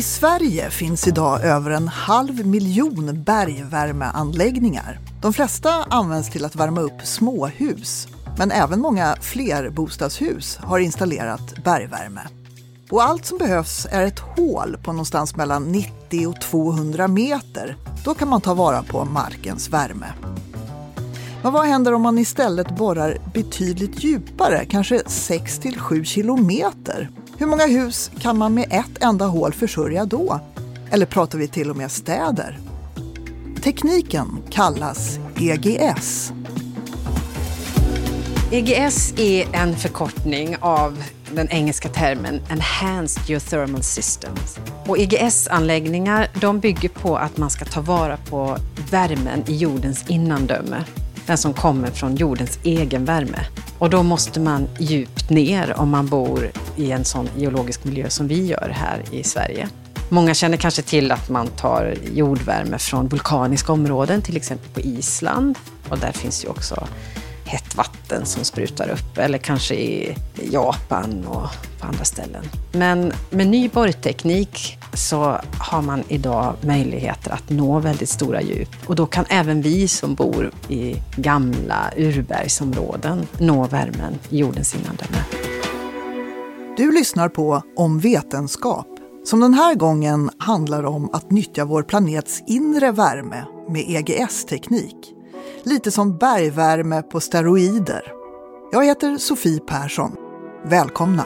I Sverige finns idag över 500 000 bergvärmeanläggningar. De flesta används till att värma upp småhus, men även många flerbostadshus har installerat bergvärme. Och allt som behövs är ett hål på någonstans mellan 90 och 200 meter. Då kan man ta vara på markens värme. Men vad händer om man istället borrar betydligt djupare, kanske 6-7 kilometer? Hur många hus kan man med ett enda hål försörja då? Eller pratar vi till och med städer? Tekniken kallas EGS. EGS är en förkortning av den engelska termen Enhanced Geothermal Systems. Och EGS-anläggningar de bygger på att man ska ta vara på värmen i jordens innandöme. Den som kommer från jordens egen värme. Och då måste man djupt ner om man bor i en sån geologisk miljö som vi gör här i Sverige. Många känner kanske till att man tar jordvärme från vulkaniska områden, till exempel på Island. Och där finns ju också hett vatten som sprutar upp, eller kanske i Japan och på andra ställen. Men med ny borrteknik så har man idag möjligheter att nå väldigt stora djup. Och då kan även vi som bor i gamla urbergsområden nå värmen i jordens innandöme. Du lyssnar på Om vetenskap, som den här gången handlar om att nyttja vår planets inre värme med EGS-teknik. Lite som bergvärme på steroider. Jag heter Sofie Persson. Välkomna!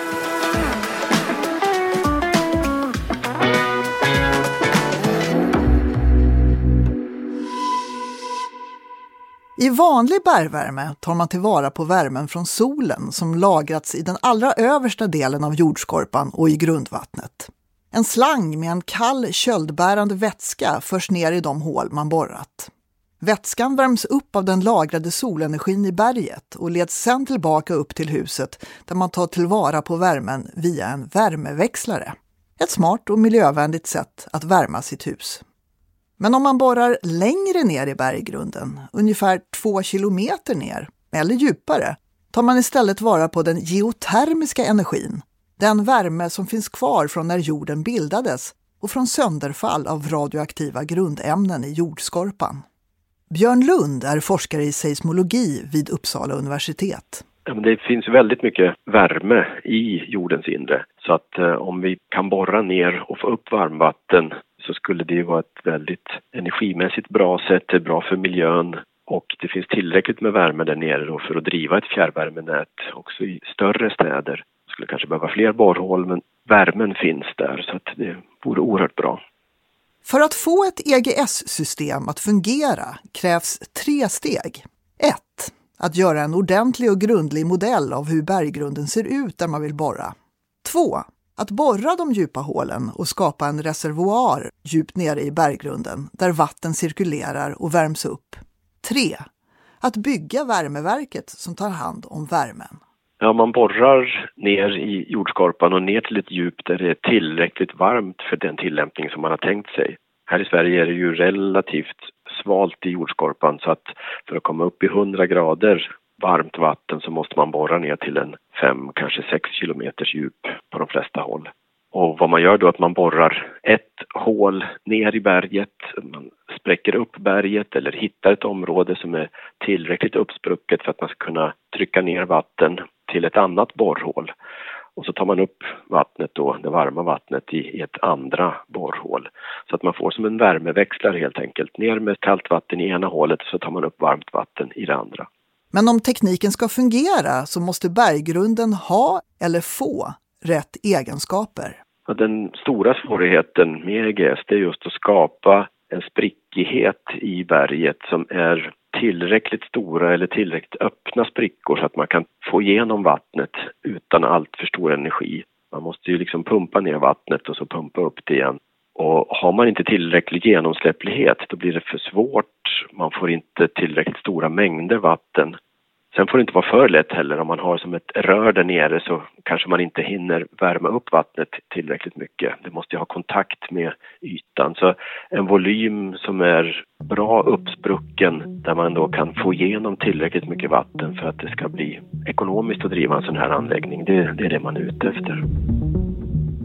I vanlig bergvärme tar man tillvara på värmen från solen som lagrats i den allra översta delen av jordskorpan och i grundvattnet. En slang med en kall köldbärande vätska förs ner i de hål man borrat. Vätskan värms upp av den lagrade solenergin i berget och leds sedan tillbaka upp till huset där man tar tillvara på värmen via en värmeväxlare. Ett smart och miljövänligt sätt att värma sitt hus. Men om man borrar längre ner i berggrunden, ungefär 2 kilometer ner eller djupare, tar man istället vara på den geotermiska energin. Den värme som finns kvar från när jorden bildades och från sönderfall av radioaktiva grundämnen i jordskorpan. Björn Lund är forskare i seismologi vid Uppsala universitet. Det finns väldigt mycket värme i jordens inre. Så att om vi kan borra ner och få upp varmvatten så skulle det vara ett väldigt energimässigt bra sätt. Det är bra för miljön och det finns tillräckligt med värme där nere då för att driva ett fjärrvärmenät också i större städer. Det skulle kanske behöva fler borrhål, men värmen finns där så att det vore oerhört bra. För att få ett EGS-system att fungera krävs 3 steg. 1. Att göra en ordentlig och grundlig modell av hur berggrunden ser ut där man vill borra. 2. Att borra de djupa hålen och skapa en reservoar djupt nere i berggrunden där vatten cirkulerar och värms upp. 3. Att bygga värmeverket som tar hand om värmen. Ja, man borrar ner i jordskorpan och ner till ett djup där det är tillräckligt varmt för den tillämpning som man har tänkt sig. Här i Sverige är det ju relativt svalt i jordskorpan så att för att komma upp i 100 grader varmt vatten så måste man borra ner till en 5, kanske 6 kilometers djup på de flesta håll. Och vad man gör då är att man borrar ett hål ner i berget, man spräcker upp berget eller hittar ett område som är tillräckligt uppsprucket för att man ska kunna trycka ner vatten till ett annat borrhål. Och så tar man upp vattnet då, det varma vattnet i ett andra borrhål. Så att man får som en värmeväxlare helt enkelt. Ner med kallt vatten i ena hålet så tar man upp varmt vatten i det andra. Men om tekniken ska fungera så måste berggrunden ha eller få rätt egenskaper. Ja, den stora svårigheten med EGS är just att skapa en sprickighet i berget som är tillräckligt stora eller tillräckligt öppna sprickor så att man kan få igenom vattnet utan allt för stor energi. Man måste ju liksom pumpa ner vattnet och så pumpa upp det igen. Och har man inte tillräcklig genomsläpplighet då blir det för svårt. Man får inte tillräckligt stora mängder vatten. Sen får det inte vara för lätt heller. Om man har som ett rör där nere så kanske man inte hinner värma upp vattnet tillräckligt mycket. Det måste ju ha kontakt med ytan. Så en volym som är bra uppsprucken där man då kan få igenom tillräckligt mycket vatten för att det ska bli ekonomiskt att driva en sån här anläggning. Det är det man är ute efter.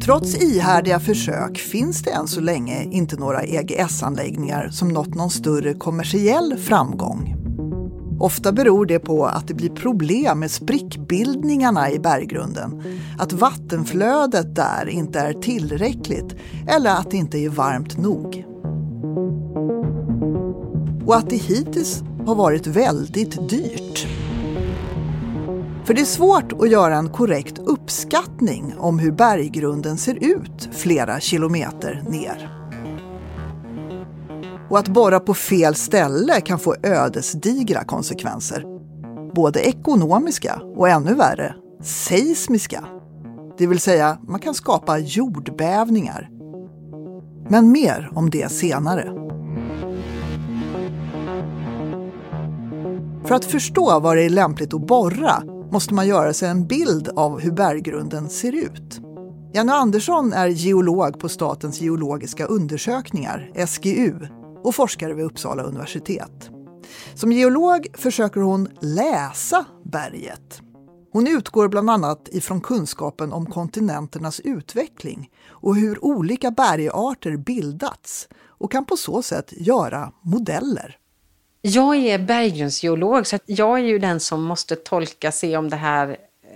Trots ihärdiga försök finns det än så länge inte några EGS-anläggningar som nått någon större kommersiell framgång. Ofta beror det på att det blir problem med sprickbildningarna i berggrunden, att vattenflödet där inte är tillräckligt eller att det inte är varmt nog. Och att det hittills har varit väldigt dyrt. För det är svårt att göra en korrekt uppskattning om hur berggrunden ser ut flera kilometer ner. Och att borra på fel ställe kan få ödesdigra konsekvenser. Både ekonomiska och ännu värre, seismiska. Det vill säga, man kan skapa jordbävningar. Men mer om det senare. För att förstå vad det är lämpligt att borra måste man göra sig en bild av hur berggrunden ser ut. Janne Andersson är geolog på Statens geologiska undersökningar, SGU, och forskare vid Uppsala universitet. Som geolog försöker hon läsa berget. Hon utgår bland annat ifrån kunskapen om kontinenternas utveckling och hur olika bergarter bildats och kan på så sätt göra modeller. Jag är berggrundsgeolog, så att jag är ju den som måste tolka, se om det här...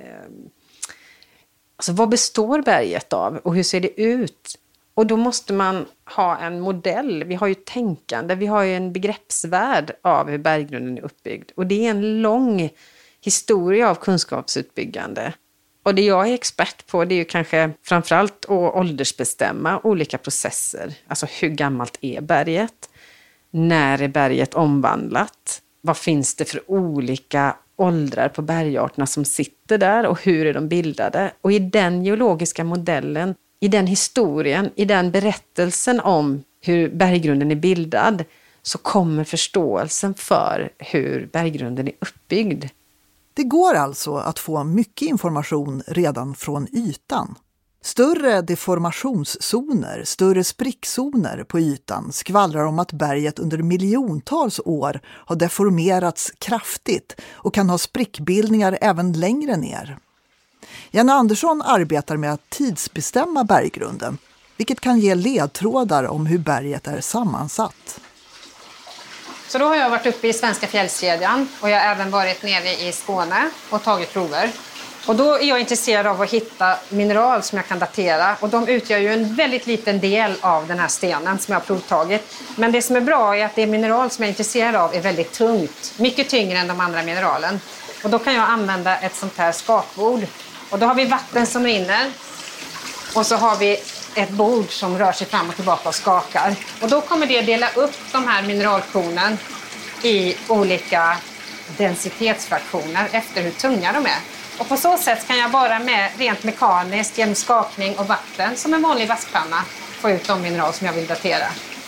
alltså vad består berget av och hur ser det ut? Och då måste man ha en modell. Vi har ju tänkande, vi har ju en begreppsvärld av hur berggrunden är uppbyggd. Och det är en lång historia av kunskapsutbyggande. Och det jag är expert på, det är ju kanske framförallt att åldersbestämma olika processer. Alltså hur gammalt är berget? När är berget omvandlat? Vad finns det för olika åldrar på bergarterna som sitter där och hur är de bildade? Och i den geologiska modellen, i den historien, i den berättelsen om hur berggrunden är bildad, så kommer förståelsen för hur berggrunden är uppbyggd. Det går alltså att få mycket information redan från ytan. Större deformationszoner, större sprickzoner på ytan skvallrar om att berget under miljontals år har deformerats kraftigt och kan ha sprickbildningar även längre ner. Janne Andersson arbetar med att tidsbestämma berggrunden, vilket kan ge ledtrådar om hur berget är sammansatt. Så då har jag varit uppe i svenska fjällkedjan och jag har även varit nere i Skåne och tagit prover. Och då är jag intresserad av att hitta mineral som jag kan datera. Och de utgör ju en väldigt liten del av den här stenen som jag har provtagit. Men det som är bra är att det mineral som jag är intresserad av är väldigt tungt. Mycket tyngre än de andra mineralen. Och då kan jag använda ett sånt här skakbord. Och då har vi vatten som rinner. Och så har vi ett bord som rör sig fram och tillbaka och skakar. Och då kommer det dela upp de här mineralkornen i olika densitetsfraktioner efter hur tunga de är. Och på så sätt kan jag bara med rent mekaniskt genom skakning och vatten som en vanlig vaskpanna få ut de mineral som jag vill datera.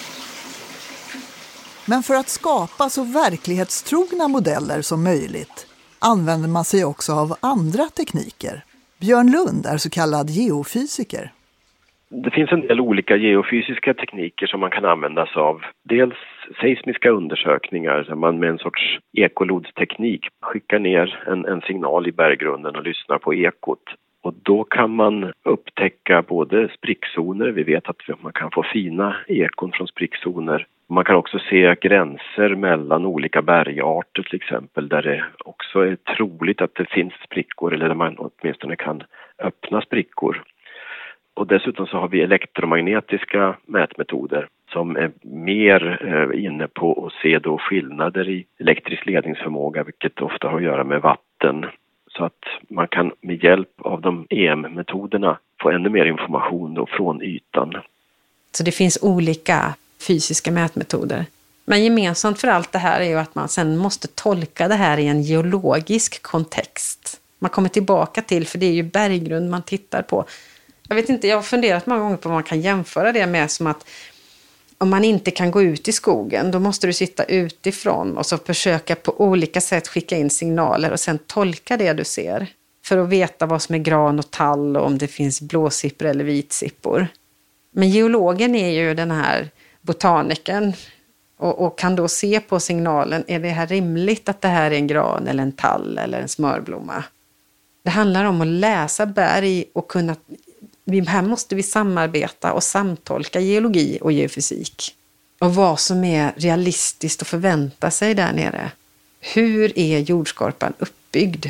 Men för att skapa så verklighetstrogna modeller som möjligt använder man sig också av andra tekniker. Björn Lund är så kallad geofysiker. Det finns en del olika geofysiska tekniker som man kan använda sig av. Dels seismiska undersökningar där man med en sorts ekolodsteknik skickar ner en signal i berggrunden och lyssnar på ekot. Och då kan man upptäcka både sprickzoner, vi vet att man kan få fina ekon från sprickzoner. Man kan också se gränser mellan olika bergarter till exempel där det också är troligt att det finns sprickor eller där man åtminstone kan öppna sprickor. Och dessutom så har vi elektromagnetiska mätmetoder som är mer inne på att se då skillnader i elektrisk ledningsförmåga, vilket ofta har att göra med vatten. Så att man kan med hjälp av de EM-metoderna få ännu mer information då från ytan. Så det finns olika fysiska mätmetoder. Men gemensamt för allt det här är ju att man sen måste tolka det här i en geologisk kontext. Man kommer tillbaka till, för det är ju berggrund man tittar på. Jag vet inte, jag har funderat många gånger på vad man kan jämföra det med, som att om man inte kan gå ut i skogen, då måste du sitta utifrån och så försöka på olika sätt skicka in signaler och sen tolka det du ser. För att veta vad som är gran och tall och om det finns blåsippor eller vitsippor. Men geologen är ju den här botanikern och kan då se på signalen, är det här rimligt att det här är en gran eller en tall eller en smörblomma? Det handlar om att läsa berg och kunna Här måste vi samarbeta och samtolka geologi och geofysik. Och vad som är realistiskt att förvänta sig där nere. Hur är jordskorpan uppbyggd?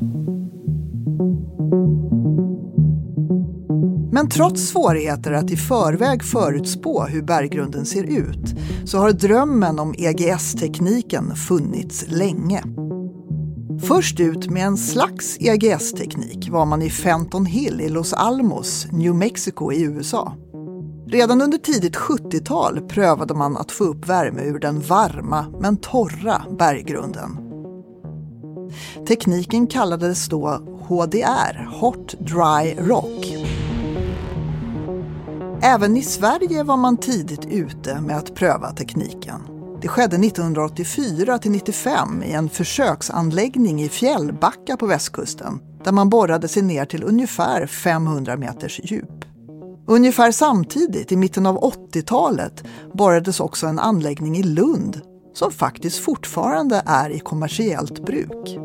Men trots svårigheter att i förväg förutspå hur berggrunden ser ut så har drömmen om EGS-tekniken funnits länge. Först ut med en slags EGS-teknik var man i Fenton Hill i Los Alamos, New Mexico i USA. Redan under tidigt 70-tal prövade man att få upp värme ur den varma men torra berggrunden. Tekniken kallades då HDR, Hot Dry Rock. Även i Sverige var man tidigt ute med att pröva tekniken. Det skedde 1984-95 i en försöksanläggning i Fjällbacka på västkusten där man borrade sig ner till ungefär 500 meters djup. Ungefär samtidigt, i mitten av 80-talet, borrades också en anläggning i Lund som faktiskt fortfarande är i kommersiellt bruk.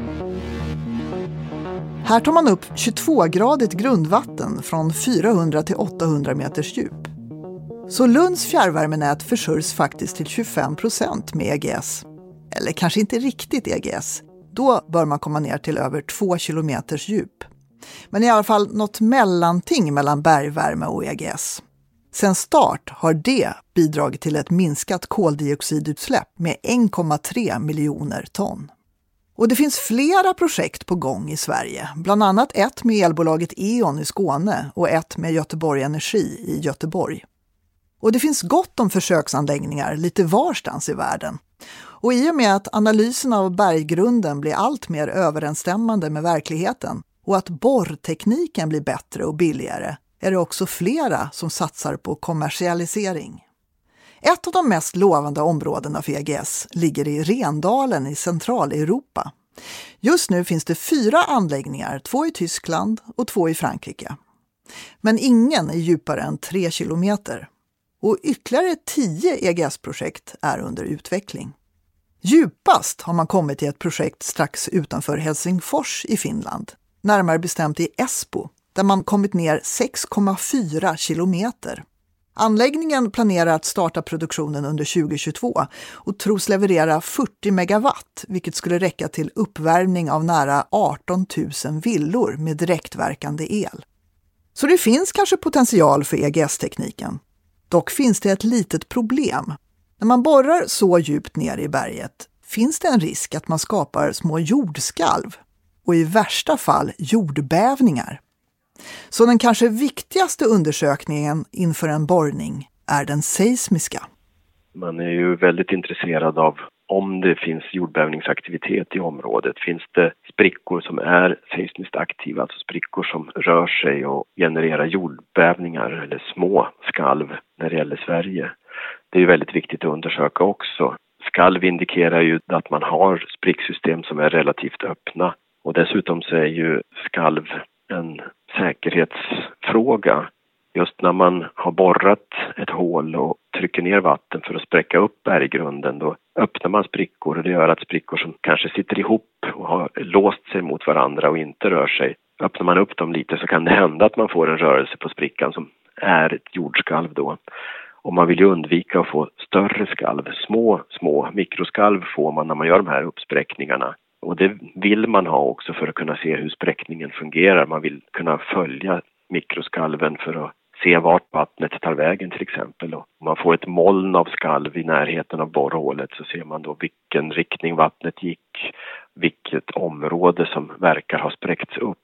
Här tar man upp 22-gradigt grundvatten från 400 till 800 meters djup. Så Lunds fjärrvärmenät försörjs faktiskt till 25% med EGS. Eller kanske inte riktigt EGS. Då bör man komma ner till över 2 kilometers djup. Men i alla fall något mellanting mellan bergvärme och EGS. Sen start har det bidragit till ett minskat koldioxidutsläpp med 1,3 miljoner ton. Och det finns flera projekt på gång i Sverige, bland annat ett med elbolaget E.ON i Skåne och ett med Göteborg Energi i Göteborg. Och det finns gott om försöksanläggningar lite varstans i världen. Och i och med att analysen av berggrunden blir allt mer överensstämmande med verkligheten och att borrtekniken blir bättre och billigare är det också flera som satsar på kommersialisering. Ett av de mest lovande områdena för EGS ligger i Rendalen i Centraleuropa. Just nu finns det 4 anläggningar, 2 i Tyskland och 2 i Frankrike. Men ingen är djupare än 3 kilometer. Och ytterligare 10 EGS-projekt är under utveckling. Djupast har man kommit till ett projekt strax utanför Helsingfors i Finland, närmare bestämt i Esbo, där man kommit ner 6,4 kilometer. Anläggningen planerar att starta produktionen under 2022 och tros leverera 40 megawatt, vilket skulle räcka till uppvärmning av nära 18 000 villor med direktverkande el. Så det finns kanske potential för EGS-tekniken. Dock finns det ett litet problem. När man borrar så djupt ner i berget finns det en risk att man skapar små jordskalv och i värsta fall jordbävningar. Så den kanske viktigaste undersökningen inför en borrning är den seismiska. Man är ju väldigt intresserad av om det finns jordbävningsaktivitet i området. Finns det sprickor som är seismiskt aktiva, alltså sprickor som rör sig och genererar jordbävningar eller små skalv när det gäller Sverige. Det är ju väldigt viktigt att undersöka också. Skalv indikerar ju att man har spricksystem som är relativt öppna. Och dessutom så är ju skalv en säkerhetsfråga. Just när man har borrat ett hål och trycker ner vatten för att spräcka upp berggrunden, då öppnar man sprickor och det gör att sprickor som kanske sitter ihop och har låst sig mot varandra och inte rör sig. Öppnar man upp dem lite så kan det hända att man får en rörelse på sprickan som är ett jordskalv då. Och man vill ju undvika att få större skalv. Små mikroskalv får man när man gör de här uppspräckningarna. Och det vill man ha också för att kunna se hur spräckningen fungerar. Man vill kunna följa mikroskalven för att se vart vattnet tar vägen till exempel. Och om man får ett moln av skalv i närheten av borrhålet så ser man då vilken riktning vattnet gick, vilket område som verkar ha spräckts upp.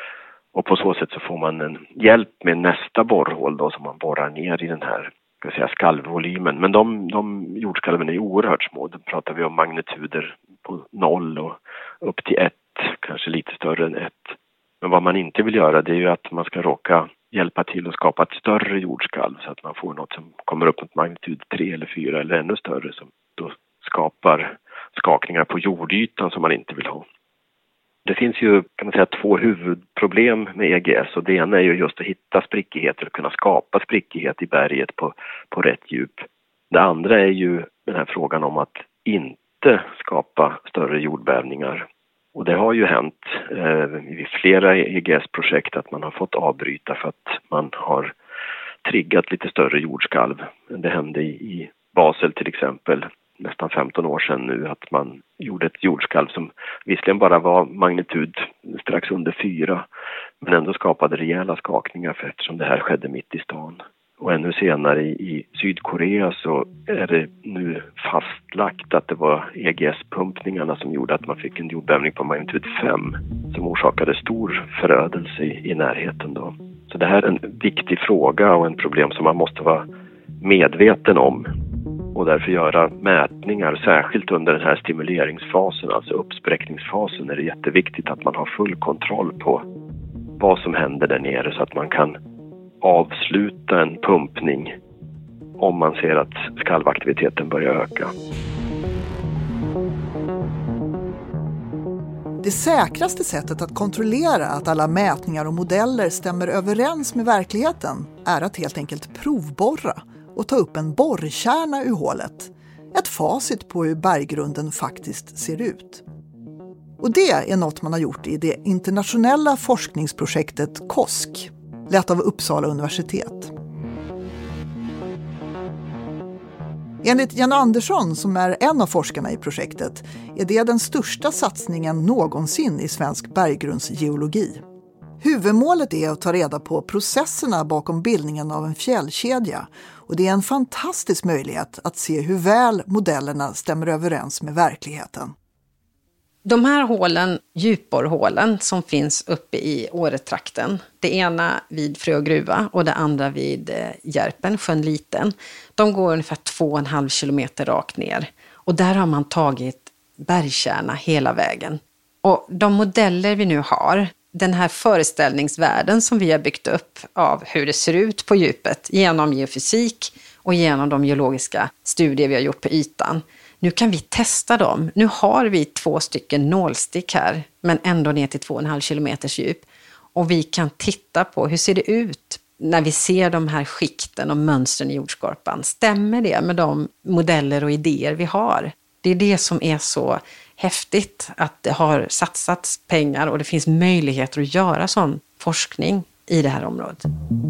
Och på så sätt så får man en hjälp med nästa borrhål då som man borrar ner i den här skalvvolymen. Men de jordskalven är oerhört små. Då pratar vi om magnituder på 0 och upp till 1, kanske lite större än 1. Men vad man inte vill göra det är ju att man ska råka hjälpa till att skapa ett större jordskalv så att man får något som kommer upp mot magnitud 3 eller 4 eller ännu större som då skapar skakningar på jordytan som man inte vill ha. Det finns ju kan man säga 2 huvudproblem med EGS och det ena är ju just att hitta sprickigheter och kunna skapa sprickighet i berget på rätt djup. Det andra är ju den här frågan om att inte skapa större jordbävningar. Och det har ju hänt i flera EGS-projekt att man har fått avbryta för att man har triggat lite större jordskalv. Det hände i Basel till exempel nästan 15 år sedan nu att man gjorde ett jordskalv som visserligen bara var magnitud strax under 4 men ändå skapade rejäla skakningar för eftersom det här skedde mitt i stan. Och ännu senare i Sydkorea så är det nu fastlagt att det var EGS-pumpningarna som gjorde att man fick en jordbävning på magnitud 5 som orsakade stor förödelse i närheten då. Så det här är en viktig fråga och en problem som man måste vara medveten om och därför göra mätningar särskilt under den här stimuleringsfasen, alltså uppspräckningsfasen är det jätteviktigt att man har full kontroll på vad som händer där nere så att man kan avsluta en pumpning om man ser att skalvaktiviteten börjar öka. Det säkraste sättet att kontrollera att alla mätningar och modeller stämmer överens med verkligheten är att helt enkelt provborra och ta upp en borrkärna ur hålet. Ett facit på hur berggrunden faktiskt ser ut. Och det är något man har gjort i det internationella forskningsprojektet KOSK, lett av Uppsala universitet. Enligt Jan Andersson, som är en av forskarna i projektet, är det den största satsningen någonsin i svensk berggrundsgeologi. Huvudmålet är att ta reda på processerna bakom bildningen av en fjällkedja och det är en fantastisk möjlighet att se hur väl modellerna stämmer överens med verkligheten. De här hålen, djupborrhålen som finns uppe i Åretrakten, det ena vid Frö gruva och det andra vid Järpen, sjön Liten, de går ungefär 2,5 kilometer rakt ner. Och där har man tagit bergkärna hela vägen. Och de modeller vi nu har, den här föreställningsvärlden som vi har byggt upp av hur det ser ut på djupet genom geofysik och genom de geologiska studier vi har gjort på ytan. Nu kan vi testa dem. Nu har vi 2 stycken nålstick här, men ändå ner till 2,5 kilometers djup. Och vi kan titta på hur ser det ut när vi ser de här skikten och mönstren i jordskorpan. Stämmer det med de modeller och idéer vi har? Det är det som är så häftigt, att det har satsats pengar och det finns möjligheter att göra sån forskning i det här området.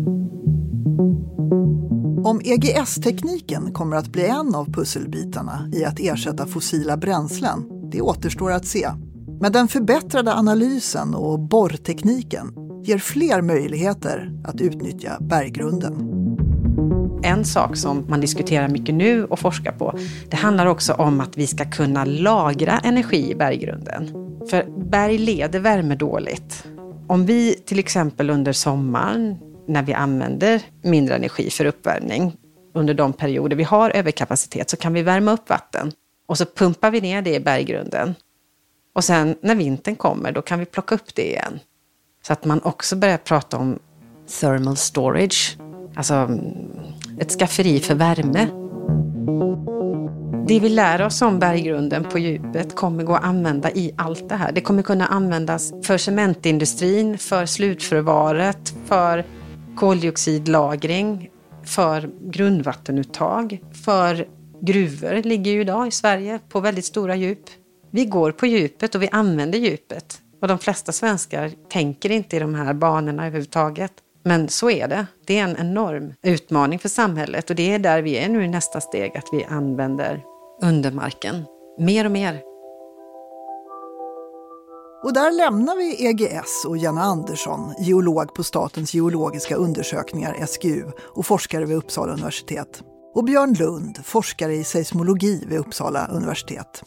Om EGS-tekniken kommer att bli en av pusselbitarna i att ersätta fossila bränslen, det återstår att se. Men den förbättrade analysen och borrtekniken ger fler möjligheter att utnyttja berggrunden. En sak som man diskuterar mycket nu och forskar på, det handlar också om att vi ska kunna lagra energi i berggrunden. För berg leder värme dåligt. Om vi till exempel under sommaren, när vi använder mindre energi för uppvärmning, under de perioder vi har överkapacitet, så kan vi värma upp vatten. Och så pumpar vi ner det i berggrunden. Och sen när vintern kommer, då kan vi plocka upp det igen. Så att man också börjar prata om thermal storage. Alltså ett skafferi för värme. Det vi lär oss om berggrunden på djupet kommer gå att använda i allt det här. Det kommer kunna användas för cementindustrin, för slutförvaret, för koldioxidlagring, för grundvattenuttag, för gruvor ligger ju idag i Sverige på väldigt stora djup. Vi går på djupet och vi använder djupet. Och de flesta svenskar tänker inte i de här banorna överhuvudtaget. Men så är det. Det är en enorm utmaning för samhället och det är där vi är nu i nästa steg, att vi använder undermarken mer och mer. Och där lämnar vi EGS och Janne Andersson, geolog på Statens geologiska undersökningar SGU och forskare vid Uppsala universitet. Och Björn Lund, forskare i seismologi vid Uppsala universitet.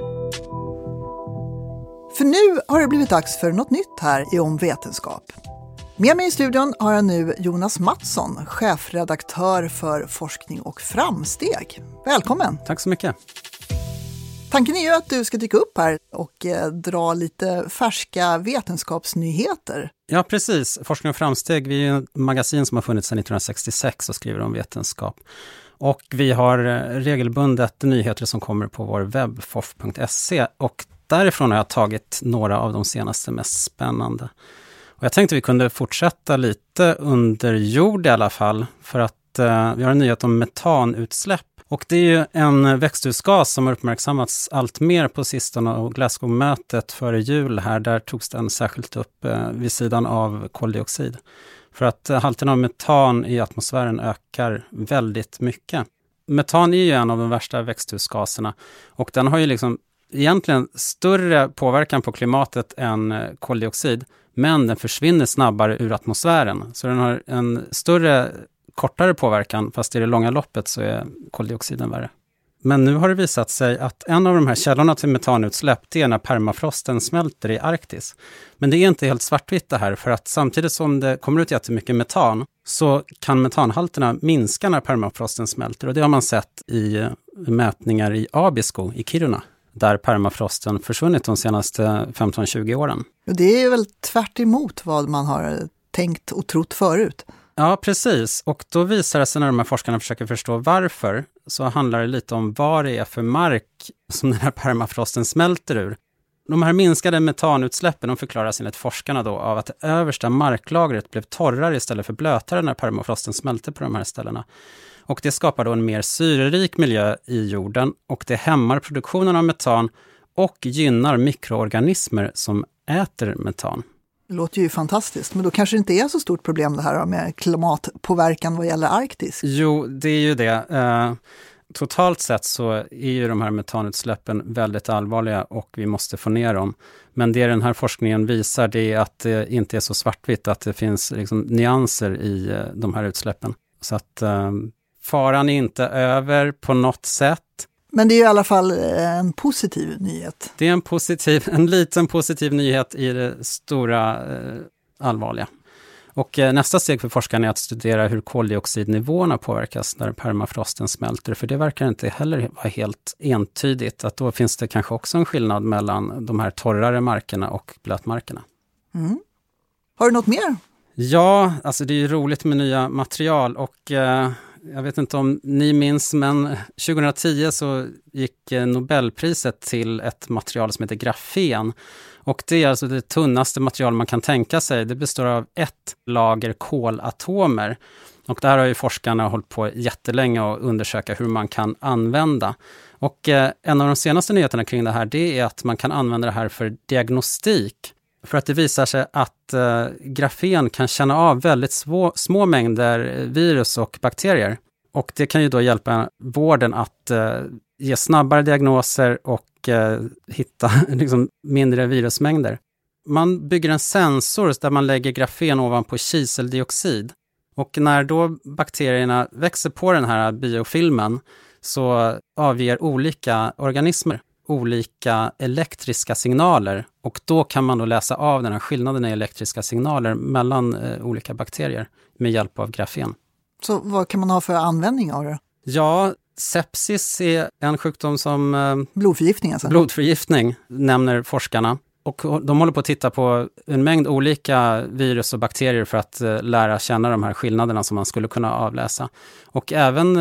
För nu har det blivit dags för något nytt här i Om vetenskap. Med mig i studion har jag nu Jonas Mattsson, chefredaktör för Forskning och framsteg. Välkommen! Tack så mycket. Tanken är ju att du ska dyka upp här och dra lite färska vetenskapsnyheter. Ja, precis. Forskning och framsteg, vi är ett magasin som har funnits sedan 1966 och skriver om vetenskap. Och vi har regelbundet nyheter som kommer på vår webb, fof.se, och därifrån har jag tagit några av de senaste mest spännande. Och jag tänkte vi kunde fortsätta lite under jord i alla fall, för att vi har en nyhet om metanutsläpp. Och det är ju en växthusgas som har uppmärksammats allt mer på sistone, och Glasgow-mötet före jul här, där togs den särskilt upp vid sidan av koldioxid. För att halten av metan i atmosfären ökar väldigt mycket. Metan är ju en av de värsta växthusgaserna, och den har ju liksom egentligen större påverkan på klimatet än koldioxid, men den försvinner snabbare ur atmosfären. Så den har en kortare påverkan, fast i det långa loppet så är koldioxiden värre. Men nu har det visat sig att en av de här källorna till metanutsläpp, det är när permafrosten smälter i Arktis. Men det är inte helt svartvitt det här, för att samtidigt som det kommer ut jättemycket metan så kan metanhalterna minska när permafrosten smälter. Och det har man sett i mätningar i Abisko i Kiruna, där permafrosten försvunnit de senaste 15-20 åren. Och det är väl tvärt emot vad man har tänkt och trott förut. Ja, precis. Och då visar det sig, när de här forskarna försöker förstå varför, så handlar det lite om vad det är för mark som den här permafrosten smälter ur. De här minskade metanutsläppen, de förklaras enligt forskarna då av att det översta marklagret blev torrare istället för blötare när permafrosten smälter på de här ställena. Och det skapar då en mer syrerik miljö i jorden, och det hämmar produktionen av metan och gynnar mikroorganismer som äter metan. Det låter ju fantastiskt, men då kanske det inte är så stort problem det här med klimatpåverkan vad gäller Arktis. Jo, det är ju det. Totalt sett så är ju de här metanutsläppen väldigt allvarliga, och vi måste få ner dem. Men det den här forskningen visar, det är att det inte är så svartvitt, att det finns liksom nyanser i de här utsläppen. Så att faran är inte över på något sätt. Men det är i alla fall en positiv nyhet. Det är en liten positiv nyhet i det stora allvarliga. Och nästa steg för forskarna är att studera hur koldioxidnivåerna påverkas när permafrosten smälter. För det verkar inte heller vara helt entydigt. Att då finns det kanske också en skillnad mellan de här torrare markerna och blötmarkerna. Mm. Har du något mer? Ja, alltså det är ju roligt med nya material, och jag vet inte om ni minns, men 2010 så gick Nobelpriset till ett material som heter grafen. Och det är alltså det tunnaste material man kan tänka sig. Det består av ett lager kolatomer. Och där har ju forskarna hållit på jättelänge att undersöka hur man kan använda. Och en av de senaste nyheterna kring det här, det är att man kan använda det här för diagnostik. För att det visar sig att grafen kan känna av väldigt små mängder virus och bakterier. Och det kan ju då hjälpa vården att ge snabbare diagnoser och hitta liksom mindre virusmängder. Man bygger en sensor där man lägger grafen ovanpå kiseldioxid. Och när då bakterierna växer på den här biofilmen så avger olika organismer olika elektriska signaler, och då kan man då läsa av den här skillnaden i elektriska signaler mellan olika bakterier med hjälp av grafen. Så vad kan man ha för användning av det? Ja, sepsis är en sjukdom som... Blodförgiftning alltså? Blodförgiftning nämner forskarna. Och de håller på att titta på en mängd olika virus och bakterier för att lära känna de här skillnaderna som man skulle kunna avläsa. Och även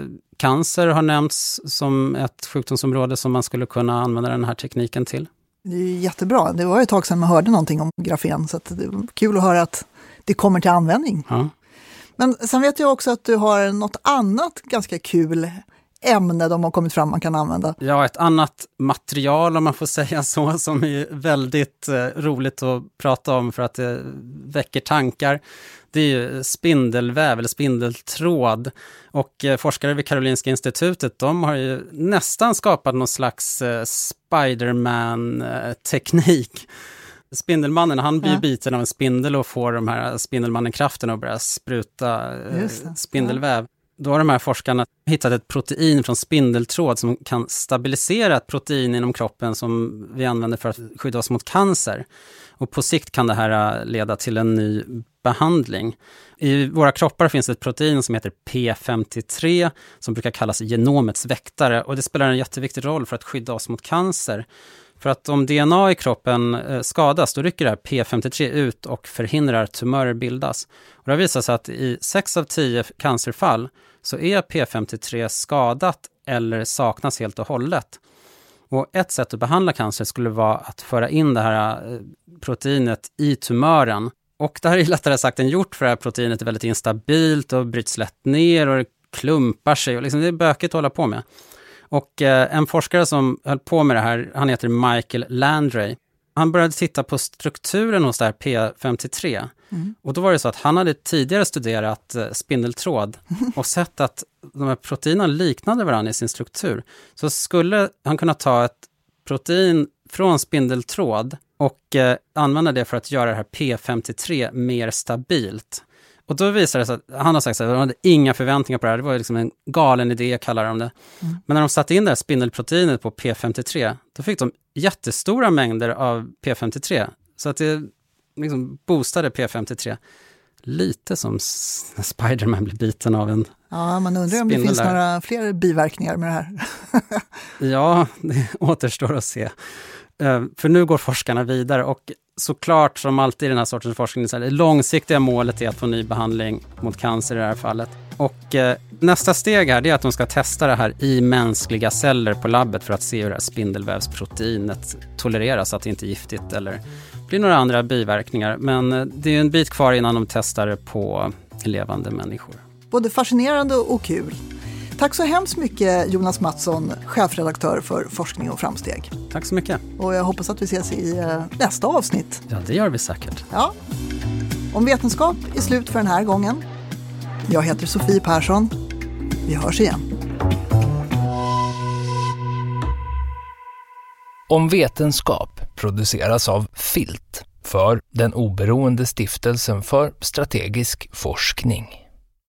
cancer har nämnts som ett sjukdomsområde som man skulle kunna använda den här tekniken till. Det är ju jättebra. Det var ju ett tag sedan man hörde någonting om grafen, så att det är kul att höra att det kommer till användning. Ja. Men sen vet jag också att du har något annat ganska kul ämne de har kommit fram man kan använda. Ja, ett annat material, om man får säga så, som är väldigt roligt att prata om för att det väcker tankar. Det är ju spindelväv eller spindeltråd. Och forskare vid Karolinska institutet, de har ju nästan skapat någon slags Spiderman-teknik. Spindelmannen, han blir biten av en spindel och får de här spindelmannen-kraften att börja spruta spindelväv. Ja. Då har de här forskarna hittat ett protein från spindeltråd som kan stabilisera ett protein inom kroppen som vi använder för att skydda oss mot cancer. Och på sikt kan det här leda till en ny behandling. I våra kroppar finns ett protein som heter P53 som brukar kallas genomets väktare, och det spelar en jätteviktig roll för att skydda oss mot cancer. För att om DNA i kroppen skadas, då rycker det här P53 ut och förhindrar tumörer bildas. Och det har visat sig att i 6 av 10 cancerfall så är P53 skadat eller saknas helt och hållet. Och ett sätt att behandla cancer skulle vara att föra in det här proteinet i tumören. Och det här är lättare sagt än gjort, för det här proteinet är väldigt instabilt och bryts lätt ner, och det klumpar sig och liksom, det är bökigt att hålla på med. Och en forskare som höll på med det här, han heter Michael Landry. Han började titta på strukturen hos det här P53. Och då var det så att han hade tidigare studerat spindeltråd och sett att de här proteinerna liknade varandra i sin struktur. Så skulle han kunna ta ett protein från spindeltråd och använda det för att göra det här P53 mer stabilt. Och då visade det sig att han har sagt att de hade inga förväntningar på det här. Det var liksom en galen idé, kallar de det. Men när de satte in det här spindelproteinet på P53, då fick de jättestora mängder av P53. Så att det liksom boostade P53. Lite som Spiderman blir biten av en Ja, man undrar om det finns några fler biverkningar med det här. Ja, det återstår att se. För nu går forskarna vidare och såklart som alltid i den här sortens forskning så är det långsiktiga målet är att få ny behandling mot cancer i det här fallet. Och nästa steg här är att de ska testa det här i mänskliga celler på labbet för att se hur det här spindelvävsproteinet tolereras, så att det inte är giftigt eller blir några andra biverkningar. Men det är en bit kvar innan de testar det på levande människor. Både fascinerande och kul. Tack så hemskt mycket Jonas Mattsson, chefredaktör för Forskning och framsteg. Tack så mycket. Och jag hoppas att vi ses i nästa avsnitt. Ja, det gör vi säkert. Ja. Om vetenskap är slut för den här gången. Jag heter Sofie Persson. Vi hörs igen. Om vetenskap produceras av Filt för den oberoende stiftelsen för strategisk forskning.